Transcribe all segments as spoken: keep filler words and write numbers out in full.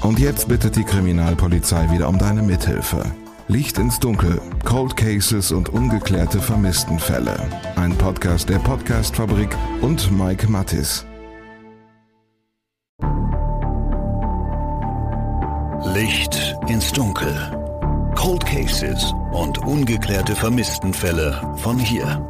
Und jetzt bittet die Kriminalpolizei wieder um deine Mithilfe. Licht ins Dunkel, Cold Cases und ungeklärte Vermisstenfälle. Ein Podcast der Podcast-Fabrik und Mike Mattis. Licht ins Dunkel. Cold Cases und ungeklärte Vermisstenfälle von hier.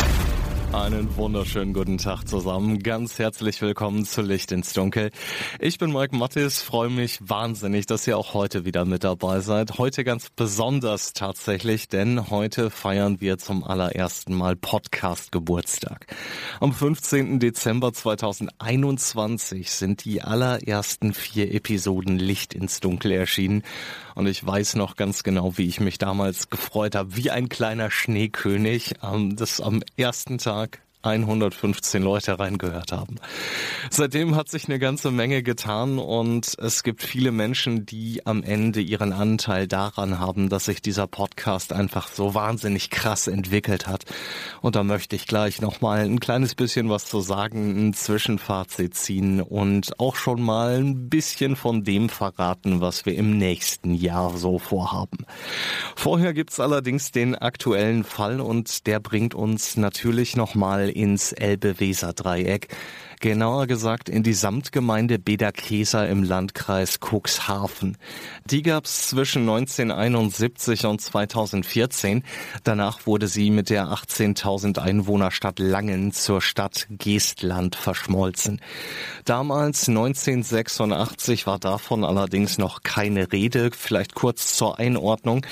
Einen wunderschönen guten Tag zusammen. Ganz herzlich willkommen zu Licht ins Dunkel. Ich bin Mike Mattis, freue mich wahnsinnig, dass ihr auch heute wieder mit dabei seid. Heute ganz besonders tatsächlich, denn heute feiern wir zum allerersten Mal Podcast-Geburtstag. Am fünfzehnten Dezember zweitausendeinundzwanzig sind die allerersten vier Episoden Licht ins Dunkel erschienen. Und ich weiß noch ganz genau, wie ich mich damals gefreut habe, wie ein kleiner Schneekönig, dass am ersten Tag hundertfünfzehn Leute reingehört haben. Seitdem hat sich eine ganze Menge getan und es gibt viele Menschen, die am Ende ihren Anteil daran haben, dass sich dieser Podcast einfach so wahnsinnig krass entwickelt hat. Und da möchte ich gleich nochmal ein kleines bisschen was zu sagen, ein Zwischenfazit ziehen und auch schon mal ein bisschen von dem verraten, was wir im nächsten Jahr so vorhaben. Vorher gibt's allerdings den aktuellen Fall und der bringt uns natürlich nochmal ins Elbe-Weser-Dreieck. Genauer gesagt in die Samtgemeinde Bederkesa im Landkreis Cuxhaven. Die gab's zwischen neunzehnhunderteinundsiebzig und zweitausendvierzehn. Danach wurde sie mit der achtzehntausend Einwohnerstadt Langen zur Stadt Geestland verschmolzen. Damals neunzehnhundertsechsundachtzig war davon allerdings noch keine Rede. Vielleicht kurz zur Einordnung.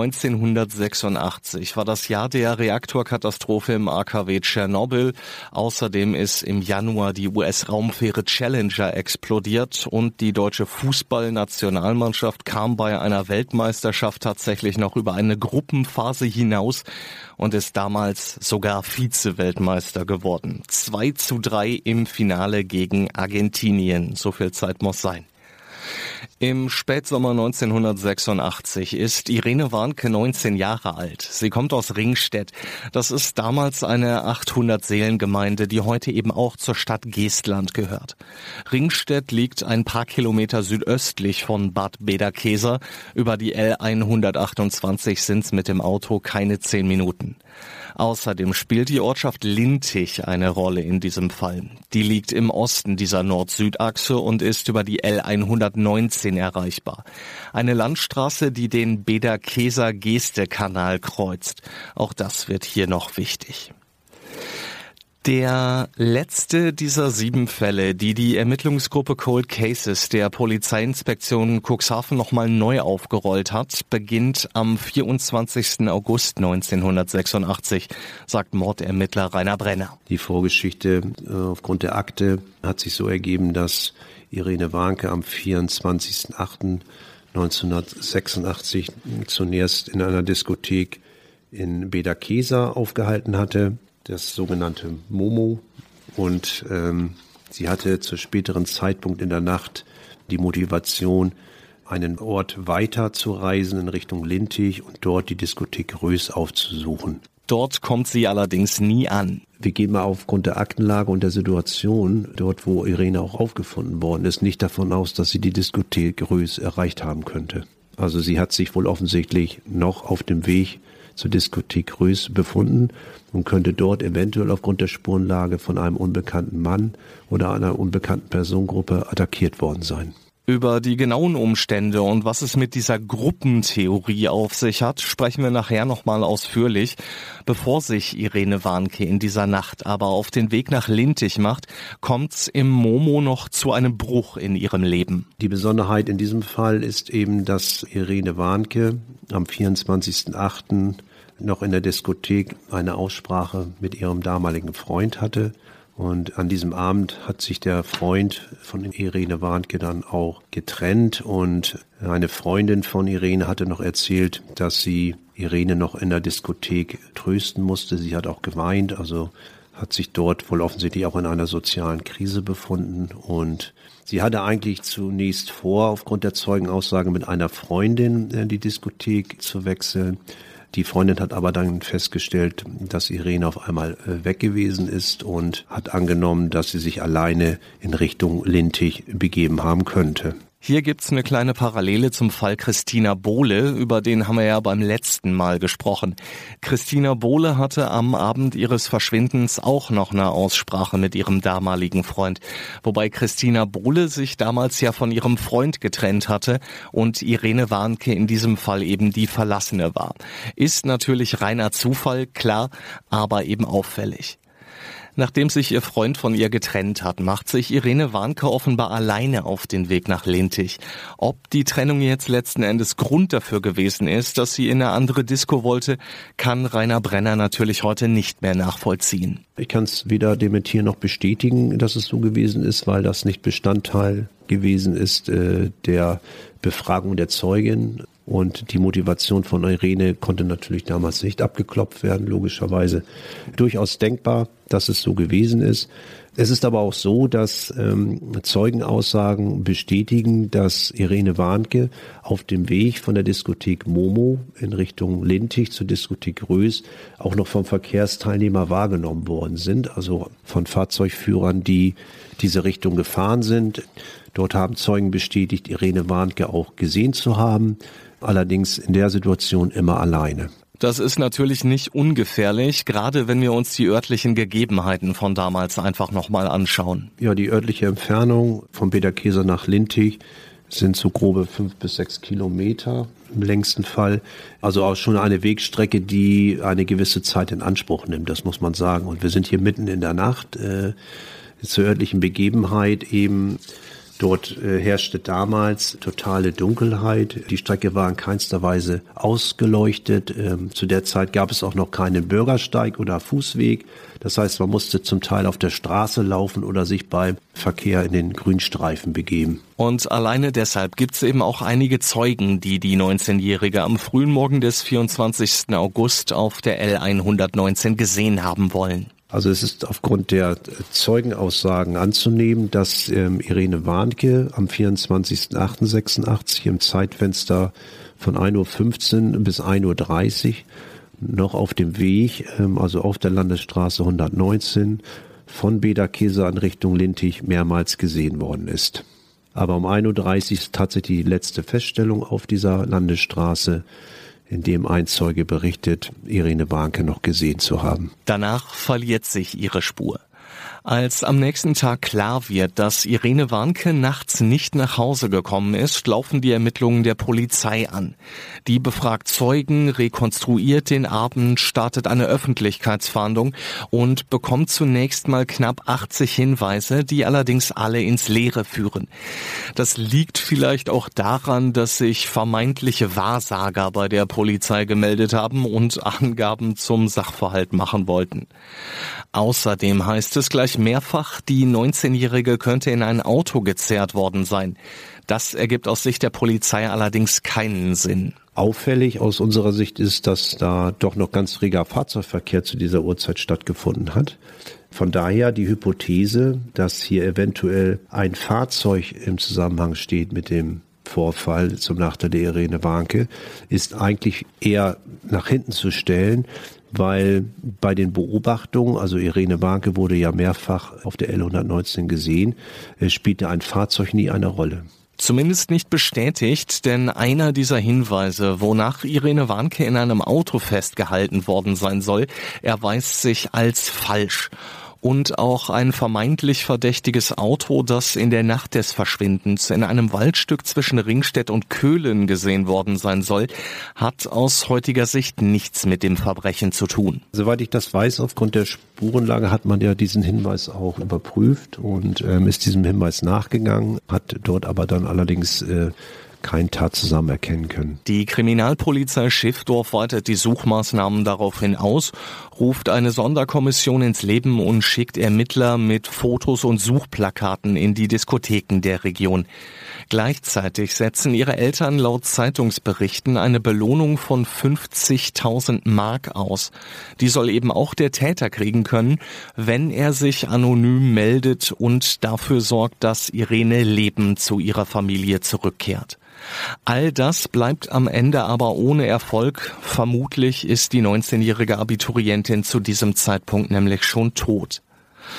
neunzehnhundertsechsundachtzig war das Jahr der Reaktorkatastrophe im A K W Tschernobyl. Außerdem ist im Januar die U S-Raumfähre Challenger explodiert und die deutsche Fußballnationalmannschaft kam bei einer Weltmeisterschaft tatsächlich noch über eine Gruppenphase hinaus und ist damals sogar Vize-Weltmeister geworden. zwei zu drei im Finale gegen Argentinien. So viel Zeit muss sein. Im Spätsommer neunzehnhundertsechsundachtzig ist Irene Warnke neunzehn Jahre alt. Sie kommt aus Ringstedt. Das ist damals eine achthundert-Seelen-Gemeinde, die heute eben auch zur Stadt Geestland gehört. Ringstedt liegt ein paar Kilometer südöstlich von Bad Bederkesa. Über die L hundertachtundzwanzig sind es mit dem Auto keine zehn Minuten. Außerdem spielt die Ortschaft Lintich eine Rolle in diesem Fall. Die liegt im Osten dieser Nord-Süd-Achse und ist über die L hundertneunzehn erreichbar. Eine Landstraße, die den Bederkesa-Geste-Kanal kreuzt. Auch das wird hier noch wichtig. Der letzte dieser sieben Fälle, die die Ermittlungsgruppe Cold Cases der Polizeiinspektion Cuxhaven nochmal neu aufgerollt hat, beginnt am vierundzwanzigsten August neunzehnhundertsechsundachtzig, sagt Mordermittler Rainer Brenner. Die Vorgeschichte äh, aufgrund der Akte hat sich so ergeben, dass Irene Warnke am vierundzwanzigsten achten neunzehnhundertsechsundachtzig zunächst in einer Diskothek in Bederkesa aufgehalten hatte, das sogenannte Momo, und ähm, sie hatte zu späteren Zeitpunkt in der Nacht die Motivation, einen Ort weiter zu reisen in Richtung Lintich und dort die Diskothek Rös aufzusuchen. Dort kommt sie allerdings nie an. Wir gehen mal aufgrund der Aktenlage und der Situation, dort wo Irene auch aufgefunden worden ist, nicht davon aus, dass sie die Diskothek Rös erreicht haben könnte. Also sie hat sich wohl offensichtlich noch auf dem Weg zur Diskothek Rös befunden und könnte dort eventuell aufgrund der Spurenlage von einem unbekannten Mann oder einer unbekannten Personengruppe attackiert worden sein. Über die genauen Umstände und was es mit dieser Gruppentheorie auf sich hat, sprechen wir nachher nochmal ausführlich. Bevor sich Irene Warnke in dieser Nacht aber auf den Weg nach Lintich macht, kommt's im Momo noch zu einem Bruch in ihrem Leben. Die Besonderheit in diesem Fall ist eben, dass Irene Warnke am vierundzwanzigsten achten noch in der Diskothek eine Aussprache mit ihrem damaligen Freund hatte. Und an diesem Abend hat sich der Freund von Irene Warnke dann auch getrennt und eine Freundin von Irene hatte noch erzählt, dass sie Irene noch in der Diskothek trösten musste. Sie hat auch geweint, also hat sich dort wohl offensichtlich auch in einer sozialen Krise befunden und sie hatte eigentlich zunächst vor, aufgrund der Zeugenaussage mit einer Freundin die Diskothek zu wechseln. Die Freundin hat aber dann festgestellt, dass Irene auf einmal weg gewesen ist und hat angenommen, dass sie sich alleine in Richtung Lintich begeben haben könnte. Hier gibt's eine kleine Parallele zum Fall Christina Bohle, über den haben wir ja beim letzten Mal gesprochen. Christina Bohle hatte am Abend ihres Verschwindens auch noch eine Aussprache mit ihrem damaligen Freund. Wobei Christina Bohle sich damals ja von ihrem Freund getrennt hatte und Irene Warnke in diesem Fall eben die Verlassene war. Ist natürlich reiner Zufall, klar, aber eben auffällig. Nachdem sich ihr Freund von ihr getrennt hat, macht sich Irene Warnke offenbar alleine auf den Weg nach Lintich. Ob die Trennung jetzt letzten Endes Grund dafür gewesen ist, dass sie in eine andere Disco wollte, kann Rainer Brenner natürlich heute nicht mehr nachvollziehen. Ich kann es weder dementieren noch bestätigen, dass es so gewesen ist, weil das nicht Bestandteil gewesen ist äh, der Befragung der Zeugin. Und die Motivation von Irene konnte natürlich damals nicht abgeklopft werden, logischerweise. Durchaus denkbar, dass es so gewesen ist. Es ist aber auch so, dass ähm, Zeugenaussagen bestätigen, dass Irene Warnke auf dem Weg von der Diskothek Momo in Richtung Lintich zur Diskothek Rös auch noch vom Verkehrsteilnehmer wahrgenommen worden sind, also von Fahrzeugführern, die diese Richtung gefahren sind. Dort haben Zeugen bestätigt, Irene Warnke auch gesehen zu haben, allerdings in der Situation immer alleine. Das ist natürlich nicht ungefährlich, gerade wenn wir uns die örtlichen Gegebenheiten von damals einfach nochmal anschauen. Ja, die örtliche Entfernung von Bederkesa nach Lintich sind so grobe fünf bis sechs Kilometer im längsten Fall. Also auch schon eine Wegstrecke, die eine gewisse Zeit in Anspruch nimmt, das muss man sagen. Und wir sind hier mitten in der Nacht äh, zur örtlichen Begebenheit eben. Dort äh, herrschte damals totale Dunkelheit. Die Strecke war in keinster Weise ausgeleuchtet. Ähm, zu der Zeit gab es auch noch keinen Bürgersteig oder Fußweg. Das heißt, man musste zum Teil auf der Straße laufen oder sich beim Verkehr in den Grünstreifen begeben. Und alleine deshalb gibt's eben auch einige Zeugen, die die neunzehnjährige am frühen Morgen des vierundzwanzigsten August auf der L hundertneunzehn gesehen haben wollen. Also es ist aufgrund der Zeugenaussagen anzunehmen, dass ähm, Irene Warnke am vierundzwanzigsten achten sechsundachtzig im Zeitfenster von ein Uhr fünfzehn bis ein Uhr dreißig noch auf dem Weg, ähm, also auf der Landesstraße hundertneunzehn von Bederkesa in Richtung Lintich mehrmals gesehen worden ist. Aber um ein Uhr dreißig ist tatsächlich die letzte Feststellung auf dieser Landesstraße, in dem ein Zeuge berichtet, Irene Warnke noch gesehen zu haben. Danach verliert sich ihre Spur. Als am nächsten Tag klar wird, dass Irene Warnke nachts nicht nach Hause gekommen ist, laufen die Ermittlungen der Polizei an. Die befragt Zeugen, rekonstruiert den Abend, startet eine Öffentlichkeitsfahndung und bekommt zunächst mal knapp achtzig Hinweise, die allerdings alle ins Leere führen. Das liegt vielleicht auch daran, dass sich vermeintliche Wahrsager bei der Polizei gemeldet haben und Angaben zum Sachverhalt machen wollten. Außerdem heißt es gleich mehrfach, die neunzehnjährige könnte in ein Auto gezerrt worden sein. Das ergibt aus Sicht der Polizei allerdings keinen Sinn. Auffällig aus unserer Sicht ist, dass da doch noch ganz reger Fahrzeugverkehr zu dieser Uhrzeit stattgefunden hat. Von daher die Hypothese, dass hier eventuell ein Fahrzeug im Zusammenhang steht mit dem Vorfall zum Nachteil der Irene Warnke, ist eigentlich eher nach hinten zu stellen, weil bei den Beobachtungen, also Irene Warnke wurde ja mehrfach auf der L hundertneunzehn gesehen, spielte ein Fahrzeug nie eine Rolle. Zumindest nicht bestätigt, denn einer dieser Hinweise, wonach Irene Warnke in einem Auto festgehalten worden sein soll, erweist sich als falsch. Und auch ein vermeintlich verdächtiges Auto, das in der Nacht des Verschwindens in einem Waldstück zwischen Ringstedt und Köhlen gesehen worden sein soll, hat aus heutiger Sicht nichts mit dem Verbrechen zu tun. Soweit ich das weiß, aufgrund der Spurenlage hat man ja diesen Hinweis auch überprüft und ähm, ist diesem Hinweis nachgegangen, hat dort aber dann allerdings äh, keinen Tatzusammenhang erkennen können. Die Kriminalpolizei Schiffdorf weitet die Suchmaßnahmen daraufhin aus, ruft eine Sonderkommission ins Leben und schickt Ermittler mit Fotos und Suchplakaten in die Diskotheken der Region. Gleichzeitig setzen ihre Eltern laut Zeitungsberichten eine Belohnung von fünfzigtausend Mark aus. Die soll eben auch der Täter kriegen können, wenn er sich anonym meldet und dafür sorgt, dass Irene lebend zu ihrer Familie zurückkehrt. All das bleibt am Ende aber ohne Erfolg. Vermutlich ist die neunzehnjährige Abiturientin zu diesem Zeitpunkt nämlich schon tot.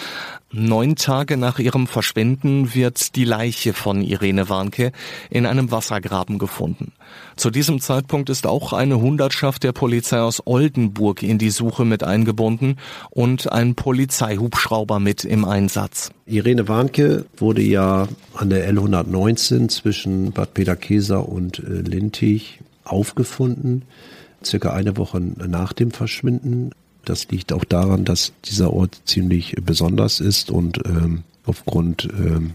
Neun Tage nach ihrem Verschwinden wird die Leiche von Irene Warnke in einem Wassergraben gefunden. Zu diesem Zeitpunkt ist auch eine Hundertschaft der Polizei aus Oldenburg in die Suche mit eingebunden und ein Polizeihubschrauber mit im Einsatz. Irene Warnke wurde ja an der L hundertneunzehn zwischen Bad Peterkesar und äh, Lintich aufgefunden, circa eine Woche nach dem Verschwinden. Das liegt auch daran, dass dieser Ort ziemlich besonders ist und ähm, aufgrund ähm,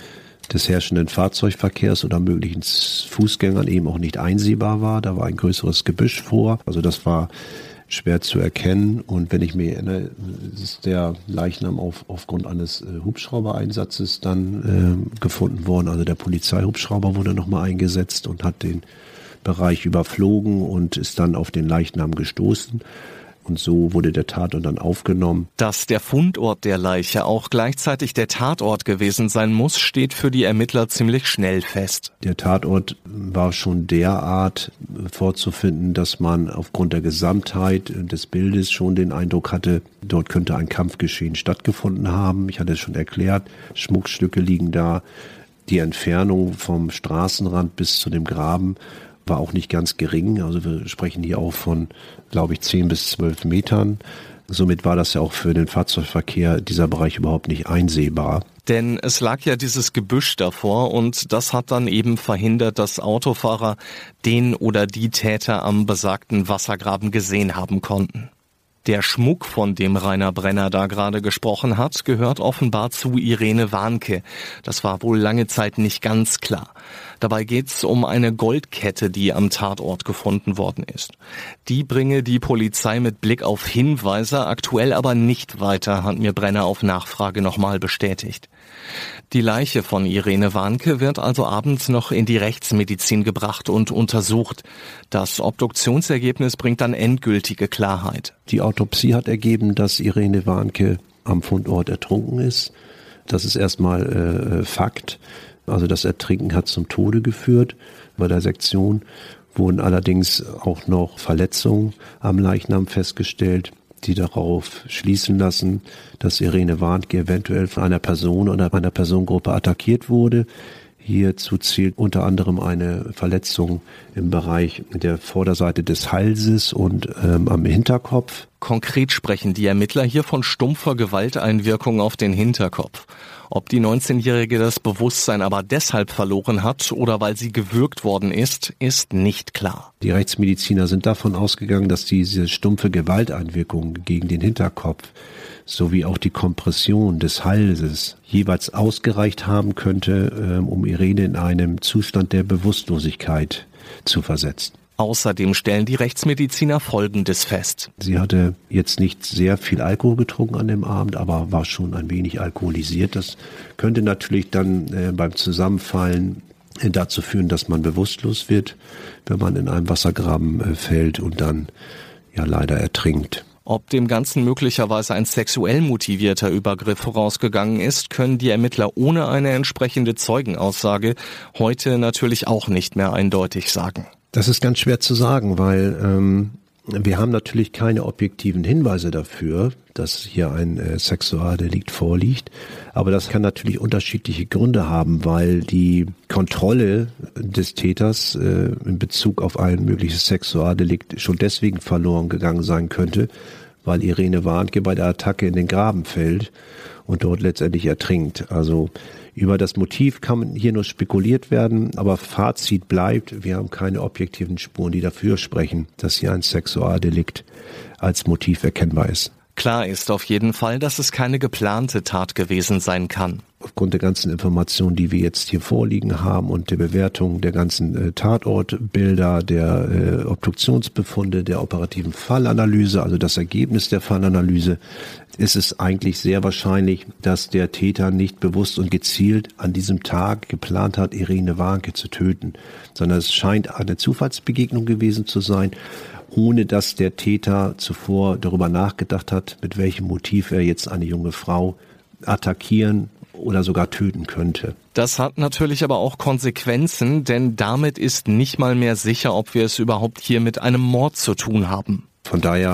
des herrschenden Fahrzeugverkehrs oder möglichen Fußgängern eben auch nicht einsehbar war. Da war ein größeres Gebüsch vor, also das war schwer zu erkennen. Und wenn ich mich erinnere, ist der Leichnam auf, aufgrund eines äh, Hubschraubereinsatzes dann äh, gefunden worden. Also der Polizeihubschrauber wurde nochmal eingesetzt und hat den Bereich überflogen und ist dann auf den Leichnam gestoßen. Und so wurde der Tatort dann aufgenommen. Dass der Fundort der Leiche auch gleichzeitig der Tatort gewesen sein muss, steht für die Ermittler ziemlich schnell fest. Der Tatort war schon derart vorzufinden, dass man aufgrund der Gesamtheit des Bildes schon den Eindruck hatte, dort könnte ein Kampfgeschehen stattgefunden haben. Ich hatte es schon erklärt, Schmuckstücke liegen da. Die Entfernung vom Straßenrand bis zu dem Graben war auch nicht ganz gering. Also wir sprechen hier auch von, glaube ich, zehn bis zwölf Metern. Somit war das ja auch für den Fahrzeugverkehr dieser Bereich überhaupt nicht einsehbar. Denn es lag ja dieses Gebüsch davor und das hat dann eben verhindert, dass Autofahrer den oder die Täter am besagten Wassergraben gesehen haben konnten. Der Schmuck, von dem Rainer Brenner da gerade gesprochen hat, gehört offenbar zu Irene Warnke. Das war wohl lange Zeit nicht ganz klar. Dabei geht's um eine Goldkette, die am Tatort gefunden worden ist. Die bringe die Polizei mit Blick auf Hinweise aktuell aber nicht weiter, hat mir Brenner auf Nachfrage nochmal bestätigt. Die Leiche von Irene Warnke wird also abends noch in die Rechtsmedizin gebracht und untersucht. Das Obduktionsergebnis bringt dann endgültige Klarheit. Die Autopsie hat ergeben, dass Irene Warnke am Fundort ertrunken ist. Das ist erstmal äh, Fakt. Also das Ertrinken hat zum Tode geführt. Bei der Sektion wurden allerdings auch noch Verletzungen am Leichnam festgestellt, die darauf schließen lassen, dass Irene Warnke eventuell von einer Person oder einer Personengruppe attackiert wurde. Hierzu zählt unter anderem eine Verletzung im Bereich der Vorderseite des Halses und ähm, am Hinterkopf. Konkret sprechen die Ermittler hier von stumpfer Gewalteinwirkung auf den Hinterkopf. Ob die neunzehnjährige das Bewusstsein aber deshalb verloren hat oder weil sie gewürgt worden ist, ist nicht klar. Die Rechtsmediziner sind davon ausgegangen, dass diese stumpfe Gewalteinwirkung gegen den Hinterkopf sowie auch die Kompression des Halses jeweils ausgereicht haben könnte, um Irene in einem Zustand der Bewusstlosigkeit zu versetzen. Außerdem stellen die Rechtsmediziner Folgendes fest. Sie hatte jetzt nicht sehr viel Alkohol getrunken an dem Abend, aber war schon ein wenig alkoholisiert. Das könnte natürlich dann äh, beim Zusammenfallen äh, dazu führen, dass man bewusstlos wird, wenn man in einem Wassergraben äh, fällt und dann ja leider ertrinkt. Ob dem Ganzen möglicherweise ein sexuell motivierter Übergriff vorausgegangen ist, können die Ermittler ohne eine entsprechende Zeugenaussage heute natürlich auch nicht mehr eindeutig sagen. Das ist ganz schwer zu sagen, weil ähm, wir haben natürlich keine objektiven Hinweise dafür, dass hier ein äh, Sexualdelikt vorliegt. Aber das kann natürlich unterschiedliche Gründe haben, weil die Kontrolle des Täters äh, in Bezug auf ein mögliches Sexualdelikt schon deswegen verloren gegangen sein könnte, weil Irene Warnke bei der Attacke in den Graben fällt und dort letztendlich ertrinkt. Also über das Motiv kann hier nur spekuliert werden, aber Fazit bleibt, wir haben keine objektiven Spuren, die dafür sprechen, dass hier ein Sexualdelikt als Motiv erkennbar ist. Klar ist auf jeden Fall, dass es keine geplante Tat gewesen sein kann. Aufgrund der ganzen Informationen, die wir jetzt hier vorliegen haben und der Bewertung der ganzen äh, Tatortbilder, der äh, Obduktionsbefunde, der operativen Fallanalyse, also das Ergebnis der Fallanalyse, ist es eigentlich sehr wahrscheinlich, dass der Täter nicht bewusst und gezielt an diesem Tag geplant hat, Irene Warnke zu töten, sondern es scheint eine Zufallsbegegnung gewesen zu sein, ohne dass der Täter zuvor darüber nachgedacht hat, mit welchem Motiv er jetzt eine junge Frau attackieren oder sogar töten könnte. Das hat natürlich aber auch Konsequenzen, denn damit ist nicht mal mehr sicher, ob wir es überhaupt hier mit einem Mord zu tun haben. Von daher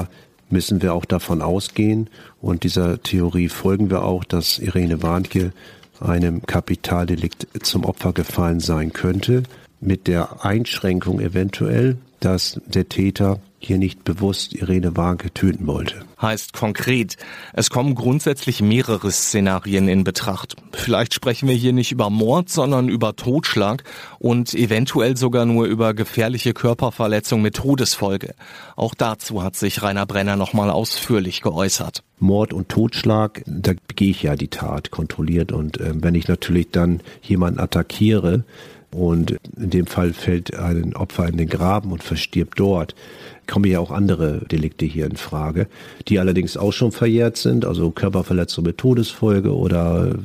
müssen wir auch davon ausgehen und dieser Theorie folgen wir auch, dass Irene Warnke einem Kapitaldelikt zum Opfer gefallen sein könnte, mit der Einschränkung eventuell, dass der Täter hier nicht bewusst Irene Warnke töten wollte. Heißt konkret, es kommen grundsätzlich mehrere Szenarien in Betracht. Vielleicht sprechen wir hier nicht über Mord, sondern über Totschlag und eventuell sogar nur über gefährliche Körperverletzung mit Todesfolge. Auch dazu hat sich Rainer Brenner nochmal ausführlich geäußert. Mord und Totschlag, da begehe ich ja die Tat kontrolliert und äh, wenn ich natürlich dann jemanden attackiere und in dem Fall fällt ein Opfer in den Graben und verstirbt dort, kommen ja auch andere Delikte hier in Frage, die allerdings auch schon verjährt sind, also Körperverletzung mit Todesfolge oder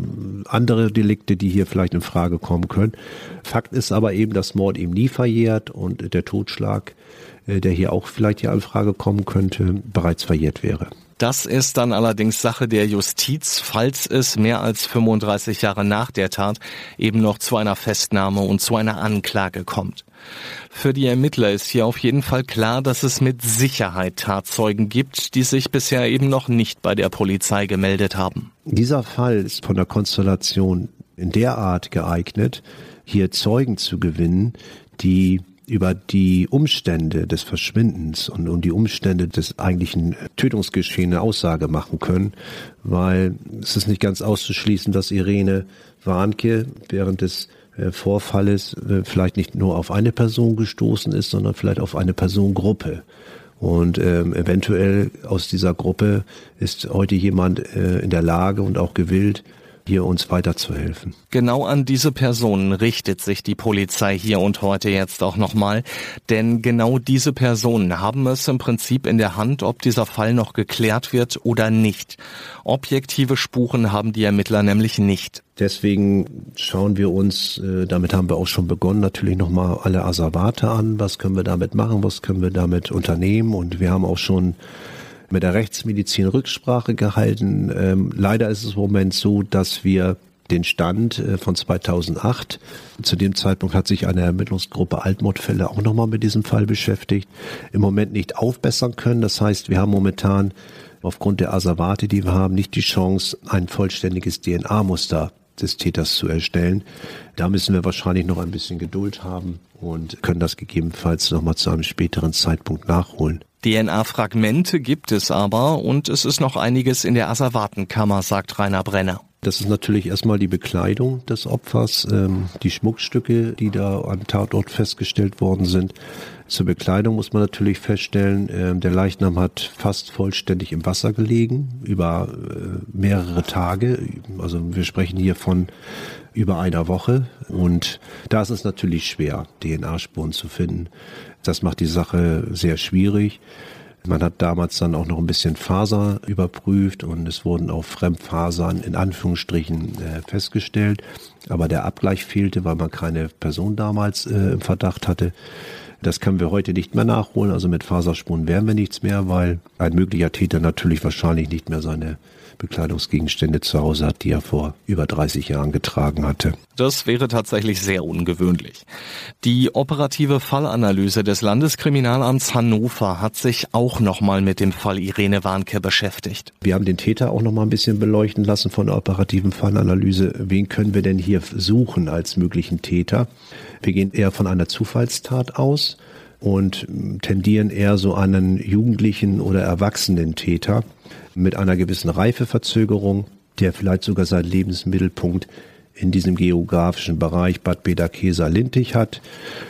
andere Delikte, die hier vielleicht in Frage kommen können. Fakt ist aber eben, dass Mord eben nie verjährt und der Totschlag, der hier auch vielleicht hier in Frage kommen könnte, bereits verjährt wäre. Das ist dann allerdings Sache der Justiz, falls es mehr als fünfunddreißig Jahre nach der Tat eben noch zu einer Festnahme und zu einer Anklage kommt. Für die Ermittler ist hier auf jeden Fall klar, dass es mit Sicherheit Tatzeugen gibt, die sich bisher eben noch nicht bei der Polizei gemeldet haben. Dieser Fall ist von der Konstellation in der Art geeignet, hier Zeugen zu gewinnen, die über die Umstände des Verschwindens und um die Umstände des eigentlichen Tötungsgeschehens eine Aussage machen können, weil es ist nicht ganz auszuschließen, dass Irene Warnke während des Vorfalles vielleicht nicht nur auf eine Person gestoßen ist, sondern vielleicht auf eine Personengruppe. Und ähm, eventuell aus dieser Gruppe ist heute jemand äh, in der Lage und auch gewillt, hier uns weiterzuhelfen. Genau an diese Personen richtet sich die Polizei hier und heute jetzt auch nochmal, denn genau diese Personen haben es im Prinzip in der Hand, ob dieser Fall noch geklärt wird oder nicht. Objektive Spuren haben die Ermittler nämlich nicht. Deswegen schauen wir uns, äh, damit haben wir auch schon begonnen, natürlich nochmal alle Asservate an. Was können wir damit machen, was können wir damit unternehmen? Und wir haben auch schon mit der Rechtsmedizin Rücksprache gehalten. Ähm, leider ist es im Moment so, dass wir den Stand äh, von zweitausendacht, zu dem Zeitpunkt hat sich eine Ermittlungsgruppe Altmordfälle auch nochmal mit diesem Fall beschäftigt, im Moment nicht aufbessern können. Das heißt, wir haben momentan aufgrund der Asservate, die wir haben, nicht die Chance, ein vollständiges D N A-Muster des Täters zu erstellen. Da müssen wir wahrscheinlich noch ein bisschen Geduld haben und können das gegebenenfalls nochmal zu einem späteren Zeitpunkt nachholen. D N A-Fragmente gibt es aber und es ist noch einiges in der Asservatenkammer, sagt Rainer Brenner. Das ist natürlich erstmal die Bekleidung des Opfers, ähm, die Schmuckstücke, die da am Tatort festgestellt worden sind. Zur Bekleidung muss man natürlich feststellen, äh, der Leichnam hat fast vollständig im Wasser gelegen, über äh, mehrere Tage. Also wir sprechen hier von über einer Woche und da ist es natürlich schwer, D N A-Spuren zu finden. Das macht die Sache sehr schwierig. Man hat damals dann auch noch ein bisschen Faser überprüft und es wurden auch Fremdfasern in Anführungsstrichen äh, festgestellt. Aber der Abgleich fehlte, weil man keine Person damals äh, im Verdacht hatte. Das können wir heute nicht mehr nachholen. Also mit Faserspuren wären wir nichts mehr, weil ein möglicher Täter natürlich wahrscheinlich nicht mehr seine Bekleidungsgegenstände zu Hause hat, die er vor über dreißig Jahren getragen hatte. Das wäre tatsächlich sehr ungewöhnlich. Die operative Fallanalyse des Landeskriminalamts Hannover hat sich auch nochmal mit dem Fall Irene Warnke beschäftigt. Wir haben den Täter auch nochmal ein bisschen beleuchten lassen von der operativen Fallanalyse. Wen können wir denn hier suchen als möglichen Täter? Wir gehen eher von einer Zufallstat aus und tendieren eher so an einen jugendlichen oder erwachsenen Täter mit einer gewissen Reifeverzögerung, der vielleicht sogar seinen Lebensmittelpunkt in diesem geografischen Bereich Bad Bederkesa-Lintig hat.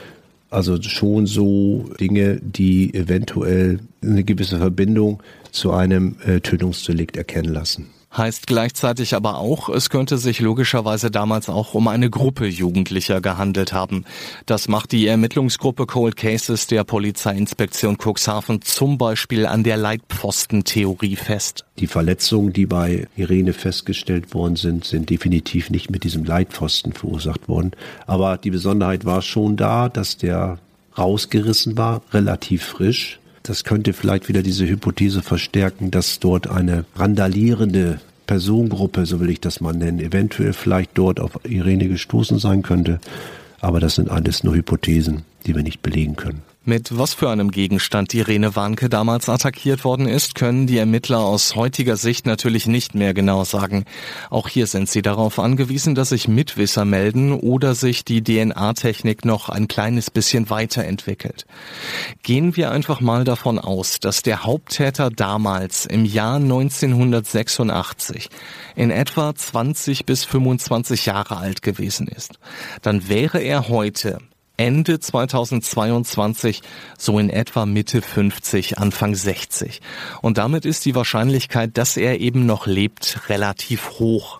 Also schon so Dinge, die eventuell eine gewisse Verbindung zu einem äh, Tötungsdelikt erkennen lassen. Heißt gleichzeitig aber auch, es könnte sich logischerweise damals auch um eine Gruppe Jugendlicher gehandelt haben. Das macht die Ermittlungsgruppe Cold Cases der Polizeiinspektion Cuxhaven zum Beispiel an der Leitpfostentheorie fest. Die Verletzungen, die bei Irene festgestellt worden sind, sind definitiv nicht mit diesem Leitpfosten verursacht worden. Aber die Besonderheit war schon da, dass der rausgerissen war, relativ frisch. Das könnte vielleicht wieder diese Hypothese verstärken, dass dort eine randalierende Personengruppe, so will ich das mal nennen, eventuell vielleicht dort auf Irene gestoßen sein könnte. Aber das sind alles nur Hypothesen, die wir nicht belegen können. Mit was für einem Gegenstand Irene Warnke damals attackiert worden ist, können die Ermittler aus heutiger Sicht natürlich nicht mehr genau sagen. Auch hier sind sie darauf angewiesen, dass sich Mitwisser melden oder sich die D N A-Technik noch ein kleines bisschen weiterentwickelt. Gehen wir einfach mal davon aus, dass der Haupttäter damals im Jahr neunzehnhundertsechsundachtzig in etwa zwanzig bis fünfundzwanzig Jahre alt gewesen ist. Dann wäre er heute Ende zweitausendzweiundzwanzig so in etwa Mitte fünfzig, Anfang sechzig. Und damit ist die Wahrscheinlichkeit, dass er eben noch lebt, relativ hoch.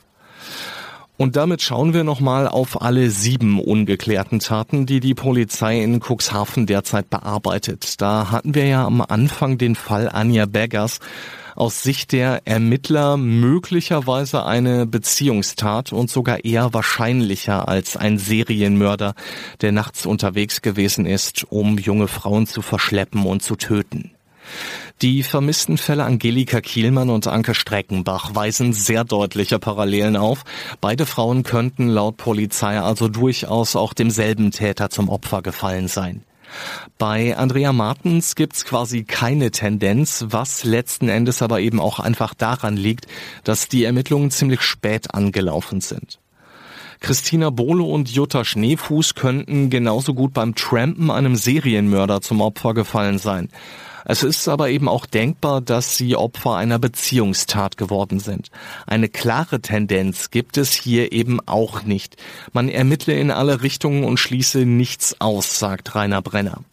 Und damit schauen wir nochmal auf alle sieben ungeklärten Taten, die die Polizei in Cuxhaven derzeit bearbeitet. Da hatten wir ja am Anfang den Fall Anja Beggers. Aus Sicht der Ermittler möglicherweise eine Beziehungstat und sogar eher wahrscheinlicher als ein Serienmörder, der nachts unterwegs gewesen ist, um junge Frauen zu verschleppen und zu töten. Die vermissten Fälle Angelika Kielmann und Anke Streckenbach weisen sehr deutliche Parallelen auf. Beide Frauen könnten laut Polizei also durchaus auch demselben Täter zum Opfer gefallen sein. Bei Andrea Martens gibt's quasi keine Tendenz, was letzten Endes aber eben auch einfach daran liegt, dass die Ermittlungen ziemlich spät angelaufen sind. Christina Bohle und Jutta Schneefuß könnten genauso gut beim Trampen einem Serienmörder zum Opfer gefallen sein. Es ist aber eben auch denkbar, dass sie Opfer einer Beziehungstat geworden sind. Eine klare Tendenz gibt es hier eben auch nicht. Man ermittle in alle Richtungen und schließe nichts aus, sagt Rainer Brenner.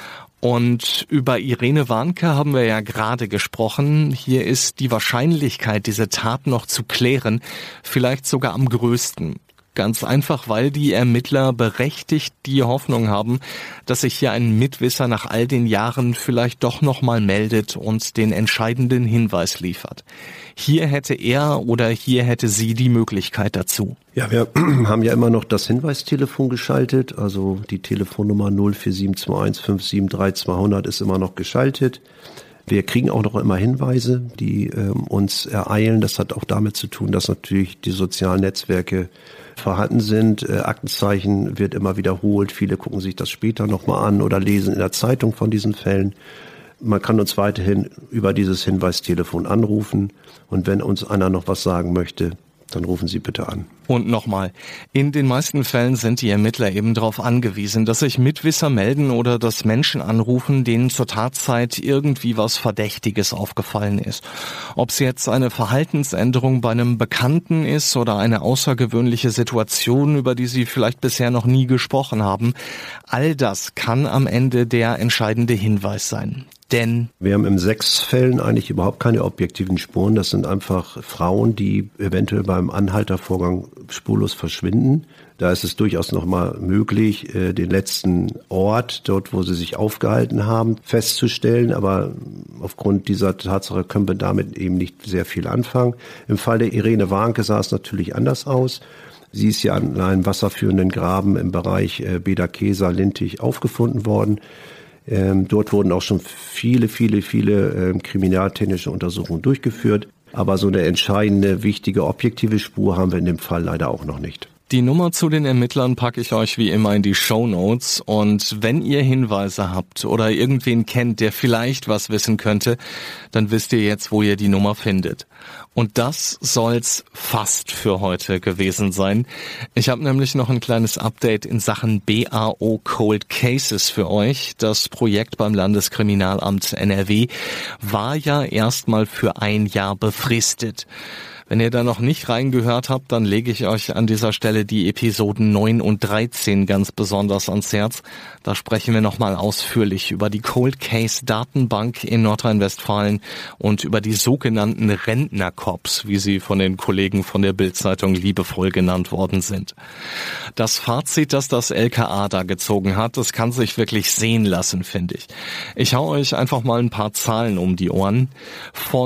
Und über Irene Warnke haben wir ja gerade gesprochen. Hier ist die Wahrscheinlichkeit, diese Tat noch zu klären, vielleicht sogar am größten. Ganz einfach, weil die Ermittler berechtigt die Hoffnung haben, dass sich hier ein Mitwisser nach all den Jahren vielleicht doch nochmal meldet und den entscheidenden Hinweis liefert. Hier hätte er oder hier hätte sie die Möglichkeit dazu. Ja, wir haben ja immer noch das Hinweistelefon geschaltet, also die Telefonnummer null vier sieben zwei eins fünf sieben drei zweihundert ist immer noch geschaltet. Wir kriegen auch noch immer Hinweise, die äh, uns ereilen. Das hat auch damit zu tun, dass natürlich die sozialen Netzwerke vorhanden sind. Äh, Aktenzeichen wird immer wiederholt. Viele gucken sich das später nochmal an oder lesen in der Zeitung von diesen Fällen. Man kann uns weiterhin über dieses Hinweistelefon anrufen. Und wenn uns einer noch was sagen möchte, dann rufen Sie bitte an. Und nochmal, in den meisten Fällen sind die Ermittler eben darauf angewiesen, dass sich Mitwisser melden oder dass Menschen anrufen, denen zur Tatzeit irgendwie was Verdächtiges aufgefallen ist. Ob es jetzt eine Verhaltensänderung bei einem Bekannten ist oder eine außergewöhnliche Situation, über die sie vielleicht bisher noch nie gesprochen haben, all das kann am Ende der entscheidende Hinweis sein. Denn wir haben in sechs Fällen eigentlich überhaupt keine objektiven Spuren. Das sind einfach Frauen, die eventuell beim Anhaltervorgang spurlos verschwinden. Da ist es durchaus nochmal möglich, den letzten Ort, dort wo sie sich aufgehalten haben, festzustellen. Aber aufgrund dieser Tatsache können wir damit eben nicht sehr viel anfangen. Im Fall der Irene Warnke sah es natürlich anders aus. Sie ist ja an einem wasserführenden Graben im Bereich Beda-Keser-Lintig aufgefunden worden. Ähm, dort wurden auch schon viele, viele, viele ähm, kriminaltechnische Untersuchungen durchgeführt. Aber so eine entscheidende, wichtige, objektive Spur haben wir in dem Fall leider auch noch nicht. Die Nummer zu den Ermittlern packe ich euch wie immer in die Shownotes. Und wenn ihr Hinweise habt oder irgendwen kennt, der vielleicht was wissen könnte, dann wisst ihr jetzt, wo ihr die Nummer findet. Und das soll's fast für heute gewesen sein. Ich habe nämlich noch ein kleines Update in Sachen B A O Cold Cases für euch. Das Projekt beim Landeskriminalamt N R W war ja erstmal für ein Jahr befristet. Wenn ihr da noch nicht reingehört habt, dann lege ich euch an dieser Stelle die Episoden neun und dreizehn ganz besonders ans Herz. Da sprechen wir nochmal ausführlich über die Cold Case Datenbank in Nordrhein-Westfalen und über die sogenannten Rentner-Cops, wie sie von den Kollegen von der Bild-Zeitung liebevoll genannt worden sind. Das Fazit, das das L K A da gezogen hat, das kann sich wirklich sehen lassen, finde ich. Ich hau euch einfach mal ein paar Zahlen um die Ohren. Von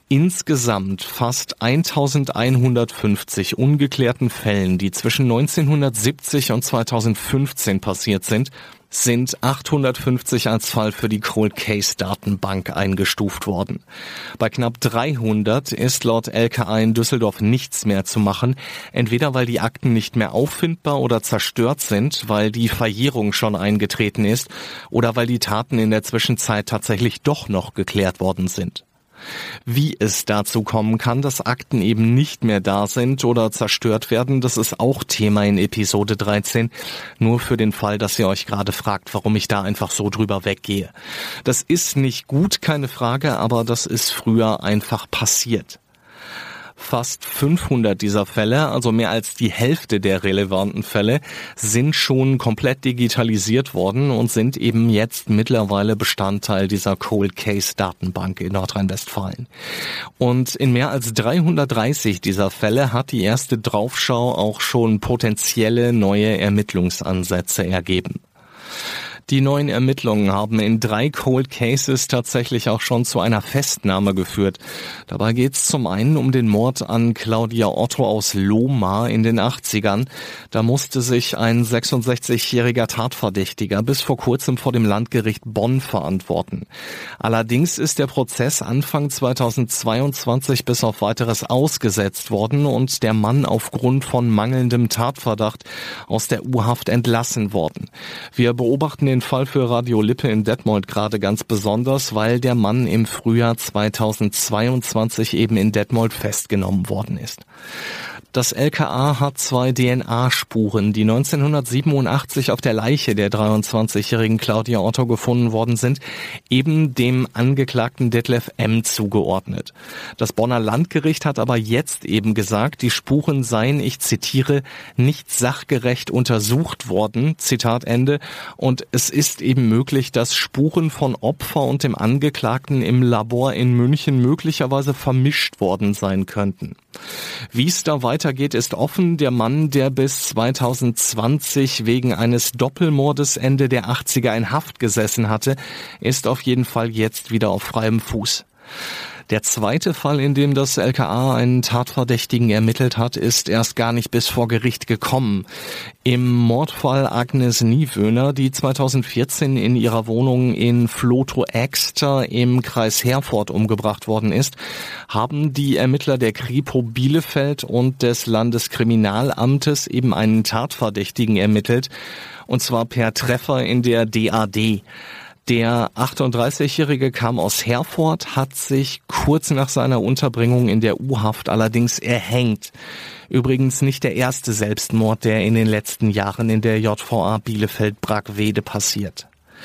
insgesamt fast eintausendeinhundertfünfzig ungeklärten Fällen, die zwischen neunzehnhundertsiebzig und zweitausendfünfzehn passiert sind, sind achthundertfünfzig als Fall für die Cold Case Datenbank eingestuft worden. Bei knapp dreihundert ist laut L K A in Düsseldorf nichts mehr zu machen, entweder weil die Akten nicht mehr auffindbar oder zerstört sind, weil die Verjährung schon eingetreten ist oder weil die Taten in der Zwischenzeit tatsächlich doch noch geklärt worden sind. Wie es dazu kommen kann, dass Akten eben nicht mehr da sind oder zerstört werden, das ist auch Thema in Episode dreizehn. Nur für den Fall, dass ihr euch gerade fragt, warum ich da einfach so drüber weggehe. Das ist nicht gut, keine Frage, aber das ist früher einfach passiert. Fast fünfhundert dieser Fälle, also mehr als die Hälfte der relevanten Fälle, sind schon komplett digitalisiert worden und sind eben jetzt mittlerweile Bestandteil dieser Cold Case Datenbank in Nordrhein-Westfalen. Und in mehr als dreihundertdreißig dieser Fälle hat die erste Draufschau auch schon potenzielle neue Ermittlungsansätze ergeben. Die neuen Ermittlungen haben in drei Cold Cases tatsächlich auch schon zu einer Festnahme geführt. Dabei geht es zum einen um den Mord an Claudia Otto aus Lohmar in den achtzigern. Da musste sich ein sechsundsechzigjähriger Tatverdächtiger bis vor kurzem vor dem Landgericht Bonn verantworten. Allerdings ist der Prozess Anfang zweitausendzweiundzwanzig bis auf Weiteres ausgesetzt worden und der Mann aufgrund von mangelndem Tatverdacht aus der U-Haft entlassen worden. Wir beobachten den Fall für Radio Lippe in Detmold gerade ganz besonders, weil der Mann im Frühjahr zweitausendzweiundzwanzig eben in Detmold festgenommen worden ist. Das L K A hat zwei D N A-Spuren, die neunzehnhundertsiebenundachtzig auf der Leiche der dreiundzwanzigjährigen Claudia Otto gefunden worden sind, eben dem Angeklagten Detlef M. zugeordnet. Das Bonner Landgericht hat aber jetzt eben gesagt, die Spuren seien, ich zitiere, nicht sachgerecht untersucht worden, Zitat Ende, und es ist eben möglich, dass Spuren von Opfer und dem Angeklagten im Labor in München möglicherweise vermischt worden sein könnten. Wie es da weitergeht, ist offen. Der Mann, der bis zweitausendzwanzig wegen eines Doppelmordes Ende der achtziger in Haft gesessen hatte, ist auf jeden Fall jetzt wieder auf freiem Fuß. Der zweite Fall, in dem das L K A einen Tatverdächtigen ermittelt hat, ist erst gar nicht bis vor Gericht gekommen. Im Mordfall Agnes Niewöhner, die zweitausendvierzehn in ihrer Wohnung in Vlotho-Exter im Kreis Herford umgebracht worden ist, haben die Ermittler der Kripo Bielefeld und des Landeskriminalamtes eben einen Tatverdächtigen ermittelt, und zwar per Treffer in der D A D. Der achtunddreißigjährige kam aus Herford, hat sich kurz nach seiner Unterbringung in der U-Haft allerdings erhängt. Übrigens nicht der erste Selbstmord, der in den letzten Jahren in der J V A Bielefeld-Brackwede passiert.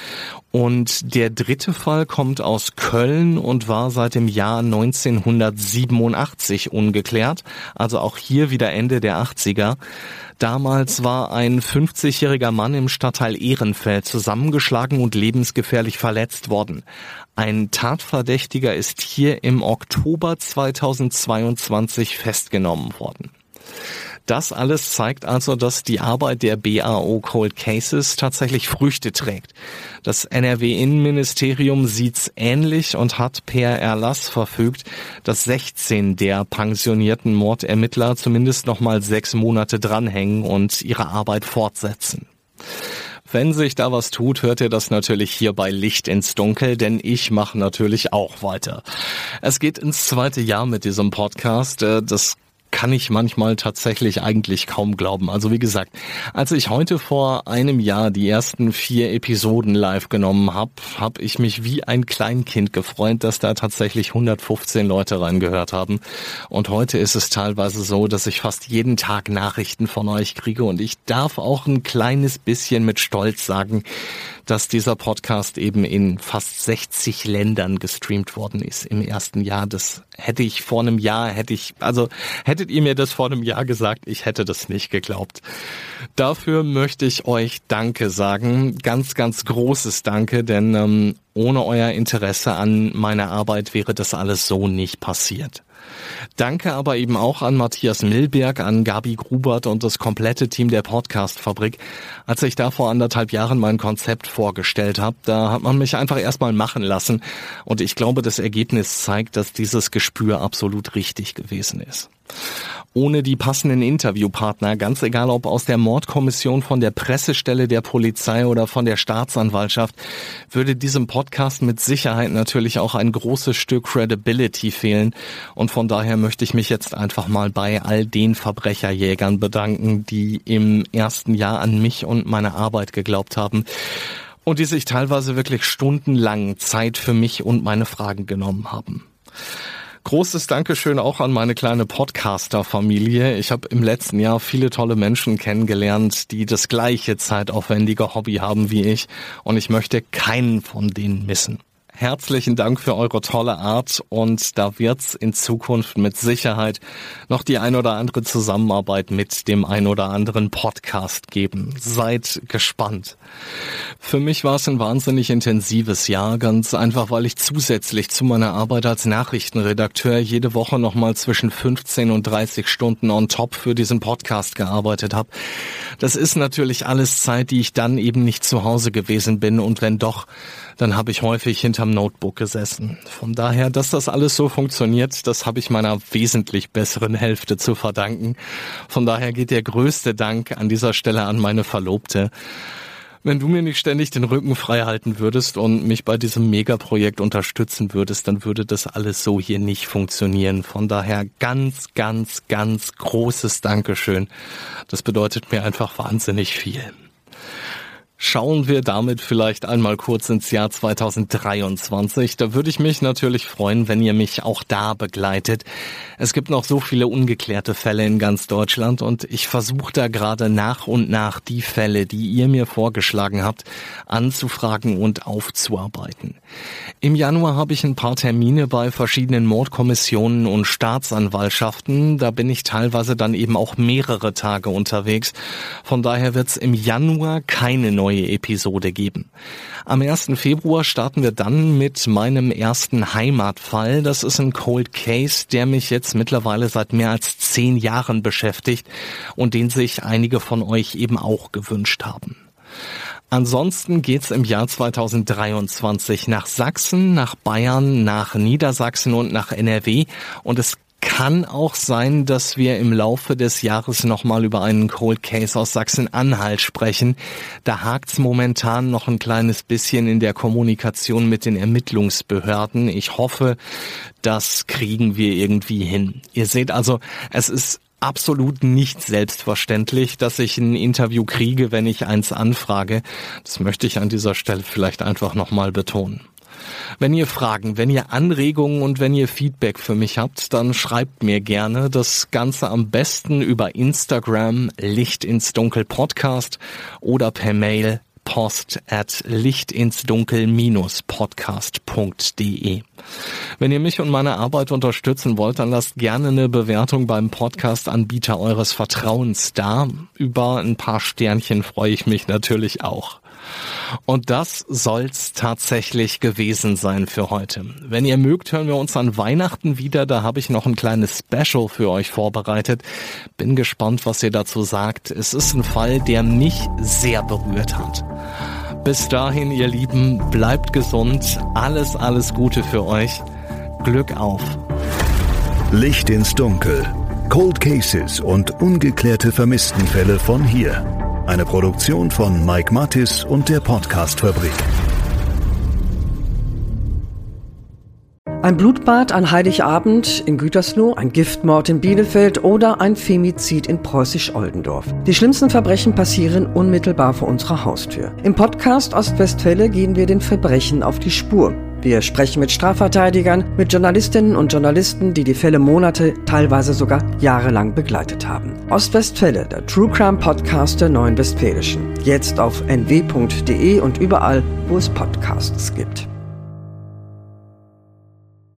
Und der dritte Fall kommt aus Köln und war seit dem Jahr neunzehnhundertsiebenundachtzig ungeklärt, also auch hier wieder Ende der achtziger. Damals war ein fünfzigjähriger Mann im Stadtteil Ehrenfeld zusammengeschlagen und lebensgefährlich verletzt worden. Ein Tatverdächtiger ist hier im Oktober zweitausendzweiundzwanzig festgenommen worden. Das alles zeigt also, dass die Arbeit der B A O Cold Cases tatsächlich Früchte trägt. Das N R W-Innenministerium sieht's ähnlich und hat per Erlass verfügt, dass sechzehn der pensionierten Mordermittler zumindest noch mal sechs Monate dranhängen und ihre Arbeit fortsetzen. Wenn sich da was tut, hört ihr das natürlich hier bei Licht ins Dunkel, denn ich mache natürlich auch weiter. Es geht ins zweite Jahr mit diesem Podcast. Das kann ich manchmal tatsächlich eigentlich kaum glauben. Also wie gesagt, als ich heute vor einem Jahr die ersten vier Episoden live genommen habe, habe ich mich wie ein Kleinkind gefreut, dass da tatsächlich hundertfünfzehn Leute reingehört haben. Und heute ist es teilweise so, dass ich fast jeden Tag Nachrichten von euch kriege und ich darf auch ein kleines bisschen mit Stolz sagen, dass dieser Podcast eben in fast sechzig Ländern gestreamt worden ist im ersten Jahr. Das hätte ich vor einem Jahr, hätte ich, also hättet ihr mir das vor einem Jahr gesagt, ich hätte das nicht geglaubt. Dafür möchte ich euch Danke sagen, ganz, ganz großes Danke, denn ähm, ohne euer Interesse an meiner Arbeit wäre das alles so nicht passiert. Danke aber eben auch an Matthias Milberg, an Gabi Grubert und das komplette Team der Podcast-Fabrik. Als ich da vor anderthalb Jahren mein Konzept vorgestellt habe, da hat man mich einfach erstmal machen lassen. Und ich glaube, das Ergebnis zeigt, dass dieses Gespür absolut richtig gewesen ist. Ohne die passenden Interviewpartner, ganz egal ob aus der Mordkommission, von der Pressestelle der Polizei oder von der Staatsanwaltschaft, würde diesem Podcast mit Sicherheit natürlich auch ein großes Stück Credibility fehlen. Und von daher möchte ich mich jetzt einfach mal bei all den Verbrecherjägern bedanken, die im ersten Jahr an mich und meine Arbeit geglaubt haben und die sich teilweise wirklich stundenlang Zeit für mich und meine Fragen genommen haben. Großes Dankeschön auch an meine kleine Podcaster-Familie. Ich habe im letzten Jahr viele tolle Menschen kennengelernt, die das gleiche zeitaufwendige Hobby haben wie ich. Und ich möchte keinen von denen missen. Herzlichen Dank für eure tolle Art und da wird's in Zukunft mit Sicherheit noch die ein oder andere Zusammenarbeit mit dem ein oder anderen Podcast geben. Seid gespannt. Für mich war es ein wahnsinnig intensives Jahr, ganz einfach, weil ich zusätzlich zu meiner Arbeit als Nachrichtenredakteur jede Woche nochmal zwischen fünfzehn und dreißig Stunden on top für diesen Podcast gearbeitet habe. Das ist natürlich alles Zeit, die ich dann eben nicht zu Hause gewesen bin und wenn doch, dann habe ich häufig hinterm Notebook gesessen. Von daher, dass das alles so funktioniert, das habe ich meiner wesentlich besseren Hälfte zu verdanken. Von daher geht der größte Dank an dieser Stelle an meine Verlobte. Wenn du mir nicht ständig den Rücken frei halten würdest und mich bei diesem Megaprojekt unterstützen würdest, dann würde das alles so hier nicht funktionieren. Von daher ganz, ganz, ganz großes Dankeschön. Das bedeutet mir einfach wahnsinnig viel. Schauen wir damit vielleicht einmal kurz ins Jahr zweitausenddreiundzwanzig. Da würde ich mich natürlich freuen, wenn ihr mich auch da begleitet. Es gibt noch so viele ungeklärte Fälle in ganz Deutschland und ich versuche da gerade nach und nach die Fälle, die ihr mir vorgeschlagen habt, anzufragen und aufzuarbeiten. Im Januar habe ich ein paar Termine bei verschiedenen Mordkommissionen und Staatsanwaltschaften. Da bin ich teilweise dann eben auch mehrere Tage unterwegs. Von daher wird es im Januar keine neue Episode geben. Am ersten Februar starten wir dann mit meinem ersten Heimatfall. Das ist ein Cold Case, der mich jetzt mittlerweile seit mehr als zehn Jahren beschäftigt und den sich einige von euch eben auch gewünscht haben. Ansonsten geht's im Jahr zweitausenddreiundzwanzig nach Sachsen, nach Bayern, nach Niedersachsen und nach N R W und es kann auch sein, dass wir im Laufe des Jahres nochmal über einen Cold Case aus Sachsen-Anhalt sprechen. Da hakt's momentan noch ein kleines bisschen in der Kommunikation mit den Ermittlungsbehörden. Ich hoffe, das kriegen wir irgendwie hin. Ihr seht also, es ist absolut nicht selbstverständlich, dass ich ein Interview kriege, wenn ich eins anfrage. Das möchte ich an dieser Stelle vielleicht einfach nochmal betonen. Wenn ihr Fragen, wenn ihr Anregungen und wenn ihr Feedback für mich habt, dann schreibt mir gerne. Das Ganze am besten über Instagram, Licht ins Dunkel Podcast oder per Mail post at lichtinsdunkel podcast punkt de. Wenn ihr mich und meine Arbeit unterstützen wollt, dann lasst gerne eine Bewertung beim Podcast-Anbieter eures Vertrauens da. Über ein paar Sternchen freue ich mich natürlich auch. Und das soll's tatsächlich gewesen sein für heute. Wenn ihr mögt, hören wir uns an Weihnachten wieder. Da habe ich noch ein kleines Special für euch vorbereitet. Bin gespannt, was ihr dazu sagt. Es ist ein Fall, der mich sehr berührt hat. Bis dahin, ihr Lieben, bleibt gesund. Alles, alles Gute für euch. Glück auf. Licht ins Dunkel. Cold Cases und ungeklärte Vermisstenfälle von hier. Eine Produktion von Mike Mattis und der Podcast-Fabrik. Ein Blutbad an Heiligabend in Gütersloh, ein Giftmord in Bielefeld oder ein Femizid in Preußisch-Oldendorf. Die schlimmsten Verbrechen passieren unmittelbar vor unserer Haustür. Im Podcast Ostwestfälle gehen wir den Verbrechen auf die Spur. Wir sprechen mit Strafverteidigern, mit Journalistinnen und Journalisten, die die Fälle Monate, teilweise sogar jahrelang begleitet haben. Ostwestfälle, der True Crime Podcast der Neuen Westfälischen. Jetzt auf n w punkt de und überall, wo es Podcasts gibt.